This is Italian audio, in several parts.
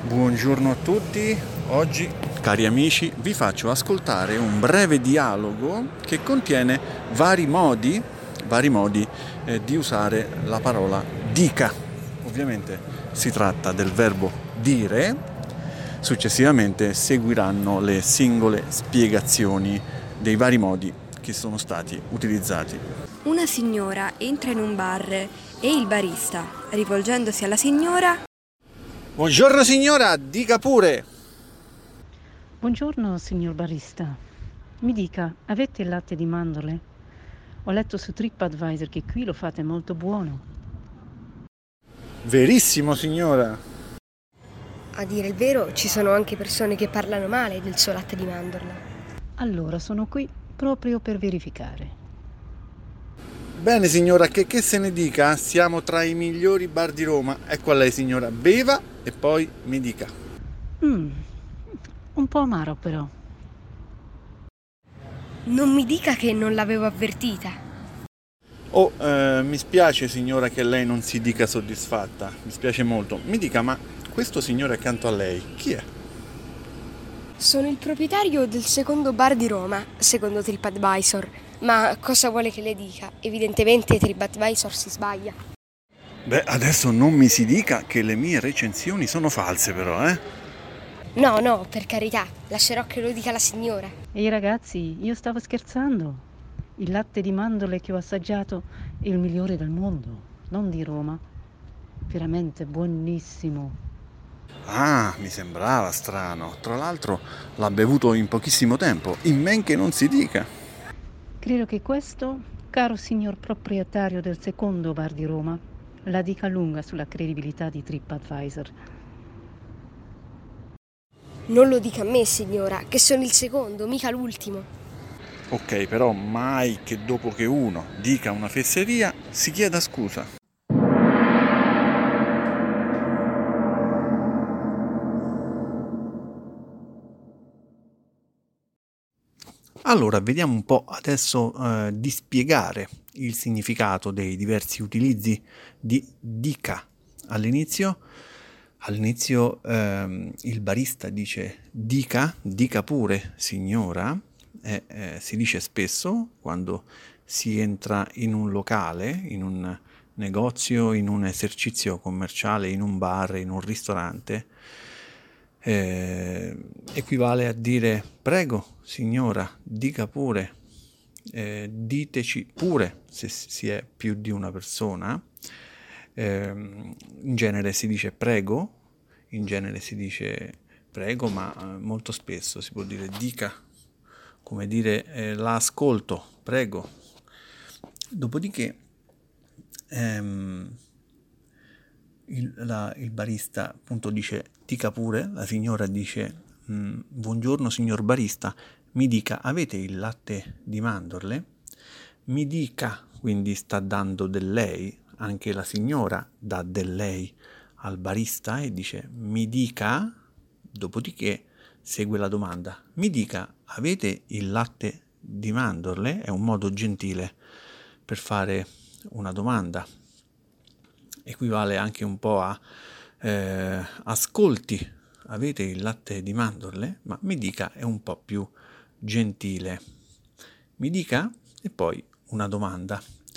Buongiorno a tutti, oggi cari amici vi faccio ascoltare un breve dialogo che contiene vari modi di usare la parola dica. Ovviamente si tratta del verbo dire, successivamente seguiranno le singole spiegazioni dei vari modi che sono stati utilizzati. Una signora entra in un bar e il barista, rivolgendosi alla signora: Buongiorno signora, dica pure! Buongiorno, signor barista. Mi dica, avete il latte di mandorle? Ho letto su TripAdvisor che qui lo fate molto buono. Verissimo signora! A dire il vero, ci sono anche persone che parlano male del suo latte di mandorla. Allora, sono qui proprio per verificare. Bene signora, che se ne dica, siamo tra i migliori bar di Roma. Ecco a lei signora, beva e poi mi dica. Un po' amaro però. Non mi dica che non l'avevo avvertita. Mi spiace signora che lei non si dica soddisfatta, mi spiace molto. Mi dica, ma questo signore accanto a lei, chi è? Sono il proprietario del secondo bar di Roma, secondo TripAdvisor. Ma cosa vuole che le dica? Evidentemente TripAdvisor si sbaglia. Beh, adesso non mi si dica che le mie recensioni sono false però, No, per carità, lascerò che lo dica la signora. Ehi ragazzi, io stavo scherzando. Il latte di mandorle che ho assaggiato è il migliore del mondo, non di Roma. Veramente buonissimo. Ah, mi sembrava strano. Tra l'altro l'ha bevuto in pochissimo tempo, in men che non si dica. Credo che questo, caro signor proprietario del secondo bar di Roma, la dica lunga sulla credibilità di TripAdvisor. Non lo dica a me, signora, che sono il secondo, mica l'ultimo. Ok, però mai che dopo che uno dica una fesseria si chieda scusa. Allora, vediamo un po' adesso di spiegare il significato dei diversi utilizzi di dica. All'inizio il barista dice dica pure signora, si dice spesso quando si entra in un locale, in un negozio, in un esercizio commerciale, in un bar, in un ristorante. Equivale a dire prego signora, dica pure, diteci pure se si è più di una persona. In genere si dice prego, ma molto spesso si può dire dica, come dire la ascolto, prego. Dopodiché il barista appunto dice dica pure, la signora dice buongiorno signor barista, mi dica avete il latte di mandorle? Mi dica, quindi sta dando del lei, anche la signora dà del lei al barista e dice mi dica, dopodiché segue la domanda, mi dica avete il latte di mandorle? È un modo gentile per fare una domanda. Equivale anche un po' a ascolti, avete il latte di mandorle? Ma mi dica è un po' più gentile. Mi dica e poi una domanda.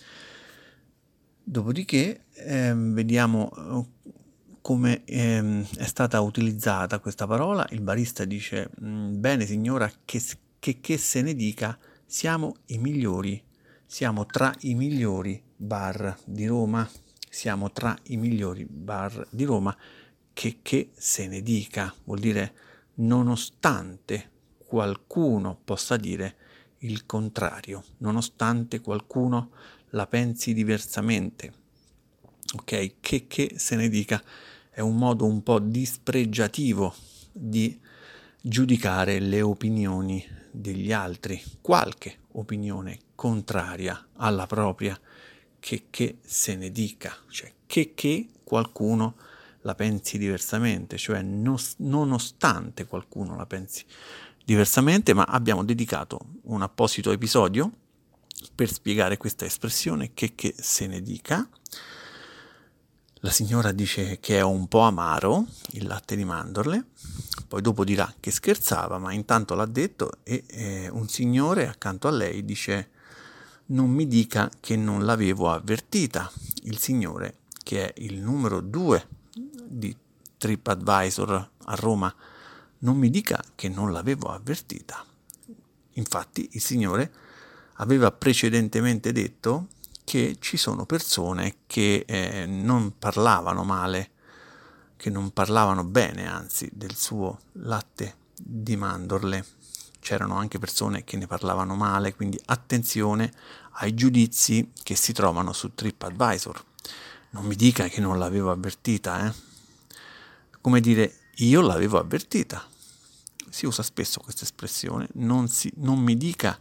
Dopodiché vediamo come è stata utilizzata questa parola. Il barista dice bene signora, che se ne dica, siamo i migliori, siamo tra i migliori bar di Roma. Siamo tra i migliori bar di Roma, che se ne dica, vuol dire nonostante qualcuno possa dire il contrario, nonostante qualcuno la pensi diversamente, ok? Che se ne dica è un modo un po' dispregiativo di giudicare le opinioni degli altri, qualche opinione contraria alla propria, che se ne dica, cioè che qualcuno la pensi diversamente, cioè nonostante qualcuno la pensi diversamente, ma abbiamo dedicato un apposito episodio per spiegare questa espressione che se ne dica. La signora dice che è un po' amaro il latte di mandorle, poi dopo dirà che scherzava, ma intanto l'ha detto e un signore accanto a lei dice: non mi dica che non l'avevo avvertita. Il signore, che è il numero 2 di TripAdvisor a Roma, non mi dica che non l'avevo avvertita. Infatti il signore aveva precedentemente detto che ci sono persone che non parlavano male, che non parlavano bene, anzi, del suo latte di mandorle. C'erano anche persone che ne parlavano male, quindi attenzione ai giudizi che si trovano su TripAdvisor. Non mi dica che non l'avevo avvertita, Come dire, io l'avevo avvertita. Si usa spesso questa espressione, non mi dica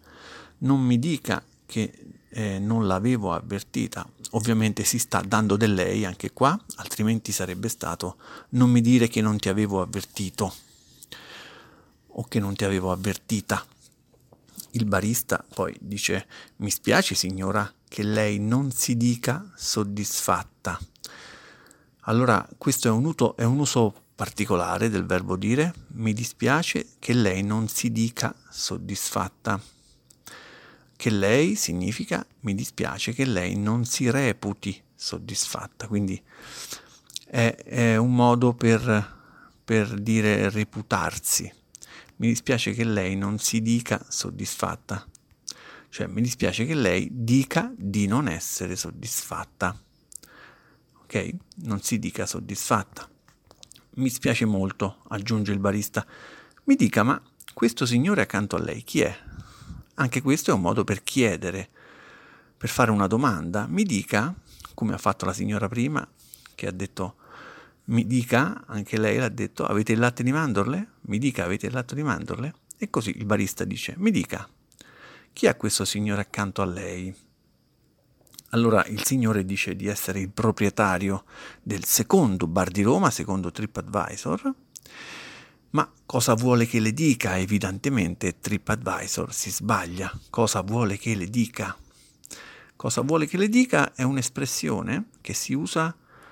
che non l'avevo avvertita. Ovviamente si sta dando del lei anche qua, altrimenti sarebbe stato: non mi dire che non ti avevo avvertito o che non ti avevo avvertita. Il barista poi dice: mi spiace signora che lei non si dica soddisfatta. Allora questo è un uso particolare del verbo dire. Mi dispiace che lei non si dica soddisfatta. Che lei significa: mi dispiace che lei non si reputi soddisfatta. Quindi è un modo per dire reputarsi. Mi dispiace che lei non si dica soddisfatta. Cioè, mi dispiace che lei dica di non essere soddisfatta. Ok? Non si dica soddisfatta. Mi spiace molto, aggiunge il barista. Mi dica, ma questo signore accanto a lei chi è? Anche questo è un modo per chiedere, per fare una domanda. Mi dica, come ha fatto la signora prima, che ha detto: mi dica, anche lei l'ha detto: avete il latte di mandorle? Mi dica, avete il latte di mandorle? E così il barista dice: mi dica, chi è questo signore accanto a lei? Allora il signore dice di essere il proprietario del secondo bar di Roma, secondo TripAdvisor. Ma cosa vuole che le dica? Evidentemente TripAdvisor si sbaglia. Cosa vuole che le dica? Cosa vuole che le dica è un'espressione che si usa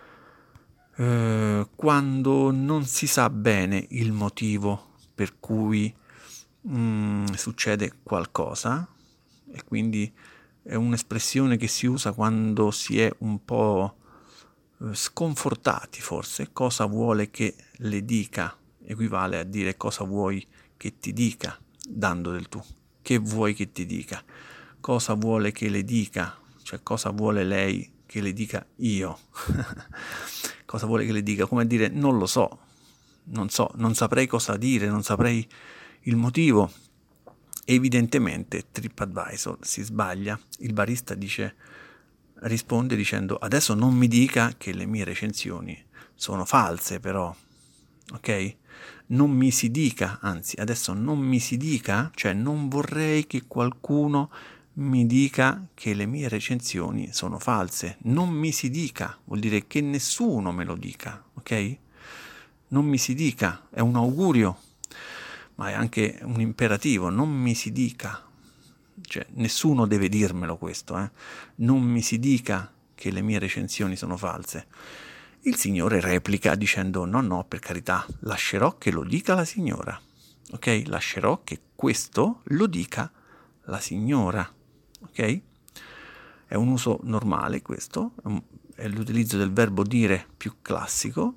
quando non si sa bene il motivo per cui succede qualcosa, e quindi è un'espressione che si usa quando si è un po' sconfortati, forse. Cosa vuole che le dica equivale a dire cosa vuoi che ti dica, dando del tu. Che vuoi che ti dica? Cosa vuole che le dica? Cioè, cosa vuole lei che le dica io? Cosa vuole che le dica? Come a dire: non lo so, non saprei cosa dire, non saprei il motivo. Evidentemente TripAdvisor si sbaglia. Il barista risponde dicendo: adesso non mi dica che le mie recensioni sono false, però, ok? Non mi si dica, anzi, adesso non mi si dica, cioè non vorrei che qualcuno mi dica che le mie recensioni sono false. Non mi si dica, vuol dire che nessuno me lo dica, ok? Non mi si dica, è un augurio, ma è anche un imperativo. Non mi si dica, cioè nessuno deve dirmelo questo, Non mi si dica che le mie recensioni sono false. Il signore replica dicendo: no, per carità, lascerò che lo dica la signora, ok? Lascerò che questo lo dica la signora, ok? È un uso normale questo, è l'utilizzo del verbo dire più classico.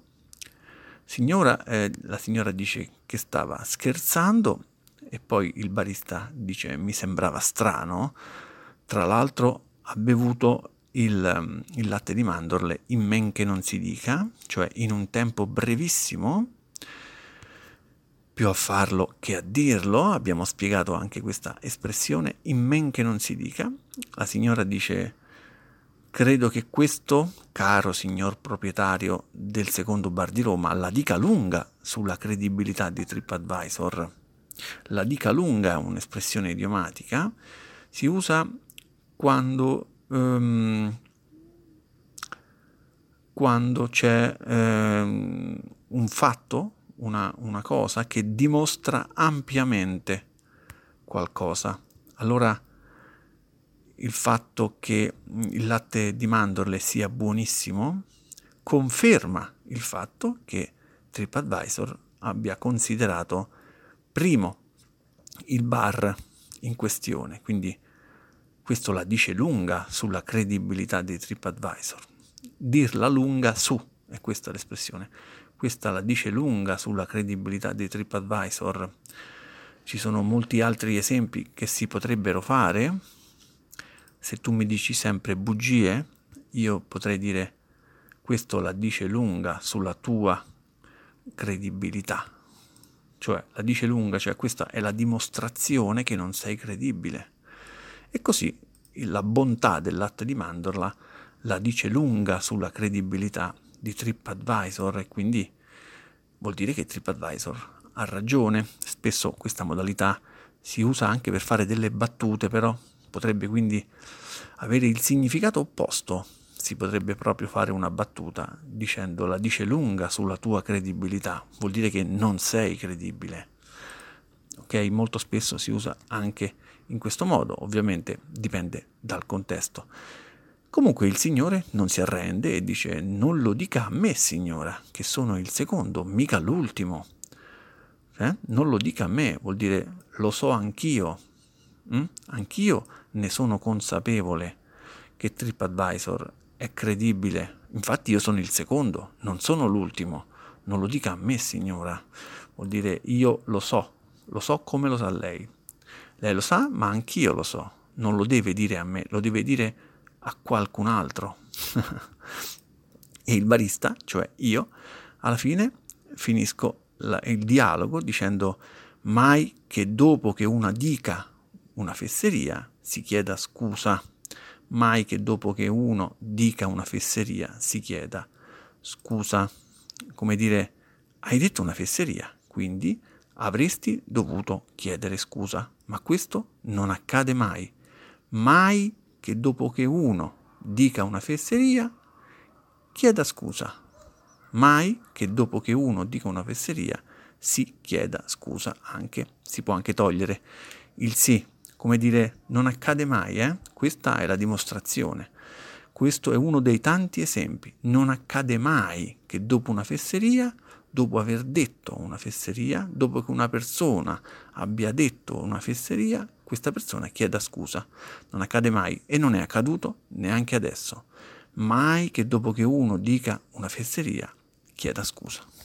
La signora dice che stava scherzando e poi il barista dice: mi sembrava strano. Tra l'altro ha bevuto il latte di mandorle in men che non si dica, cioè in un tempo brevissimo, più a farlo che a dirlo. Abbiamo spiegato anche questa espressione, in men che non si dica. La signora dice: credo che questo, caro signor proprietario del secondo bar di Roma, la dica lunga sulla credibilità di TripAdvisor. La dica lunga è un'espressione idiomatica, si usa quando c'è un fatto, una cosa che dimostra ampiamente qualcosa. Allora il fatto che il latte di mandorle sia buonissimo conferma il fatto che TripAdvisor abbia considerato primo il bar in questione, quindi questo la dice lunga sulla credibilità di TripAdvisor. Dirla lunga su, è questa l'espressione, questa la dice lunga sulla credibilità di TripAdvisor. Ci sono molti altri esempi che si potrebbero fare. Se tu mi dici sempre bugie, io potrei dire questo la dice lunga sulla tua credibilità. Cioè la dice lunga, cioè questa è la dimostrazione che non sei credibile. E così la bontà del latte di mandorla la dice lunga sulla credibilità di TripAdvisor, e quindi vuol dire che TripAdvisor ha ragione. Spesso questa modalità si usa anche per fare delle battute, però potrebbe quindi avere il significato opposto. Si potrebbe proprio fare una battuta dicendo la dice lunga sulla tua credibilità, vuol dire che non sei credibile. Ok? Molto spesso si usa anche in questo modo, ovviamente dipende dal contesto. Comunque il Signore non si arrende e dice: non lo dica a me, signora, che sono il secondo, mica l'ultimo. Non lo dica a me, vuol dire lo so anch'io. Anch'io ne sono consapevole che TripAdvisor è credibile. Infatti io sono il secondo, non sono l'ultimo. Non lo dica a me, signora. Vuol dire io lo so come lo sa lei. Lei lo sa, ma anch'io lo so. Non lo deve dire a me, lo deve dire a qualcun altro. E il barista, cioè io, alla fine finisco il dialogo dicendo: mai che dopo che una dica una fesseria si chieda scusa. Mai che dopo che uno dica una fesseria si chieda scusa. Come dire, hai detto una fesseria, quindi avresti dovuto chiedere scusa, ma questo non accade mai. Mai che dopo che uno dica una fesseria chieda scusa. Mai che dopo che uno dica una fesseria si chieda scusa. Anche si può anche togliere il sì, come dire non accade mai, Questa è la dimostrazione. Questo è uno dei tanti esempi. Non accade mai che dopo una fesseria, dopo aver detto una fesseria, dopo che una persona abbia detto una fesseria, questa persona chieda scusa. Non accade mai, e non è accaduto neanche adesso. Mai che dopo che uno dica una fesseria chieda scusa.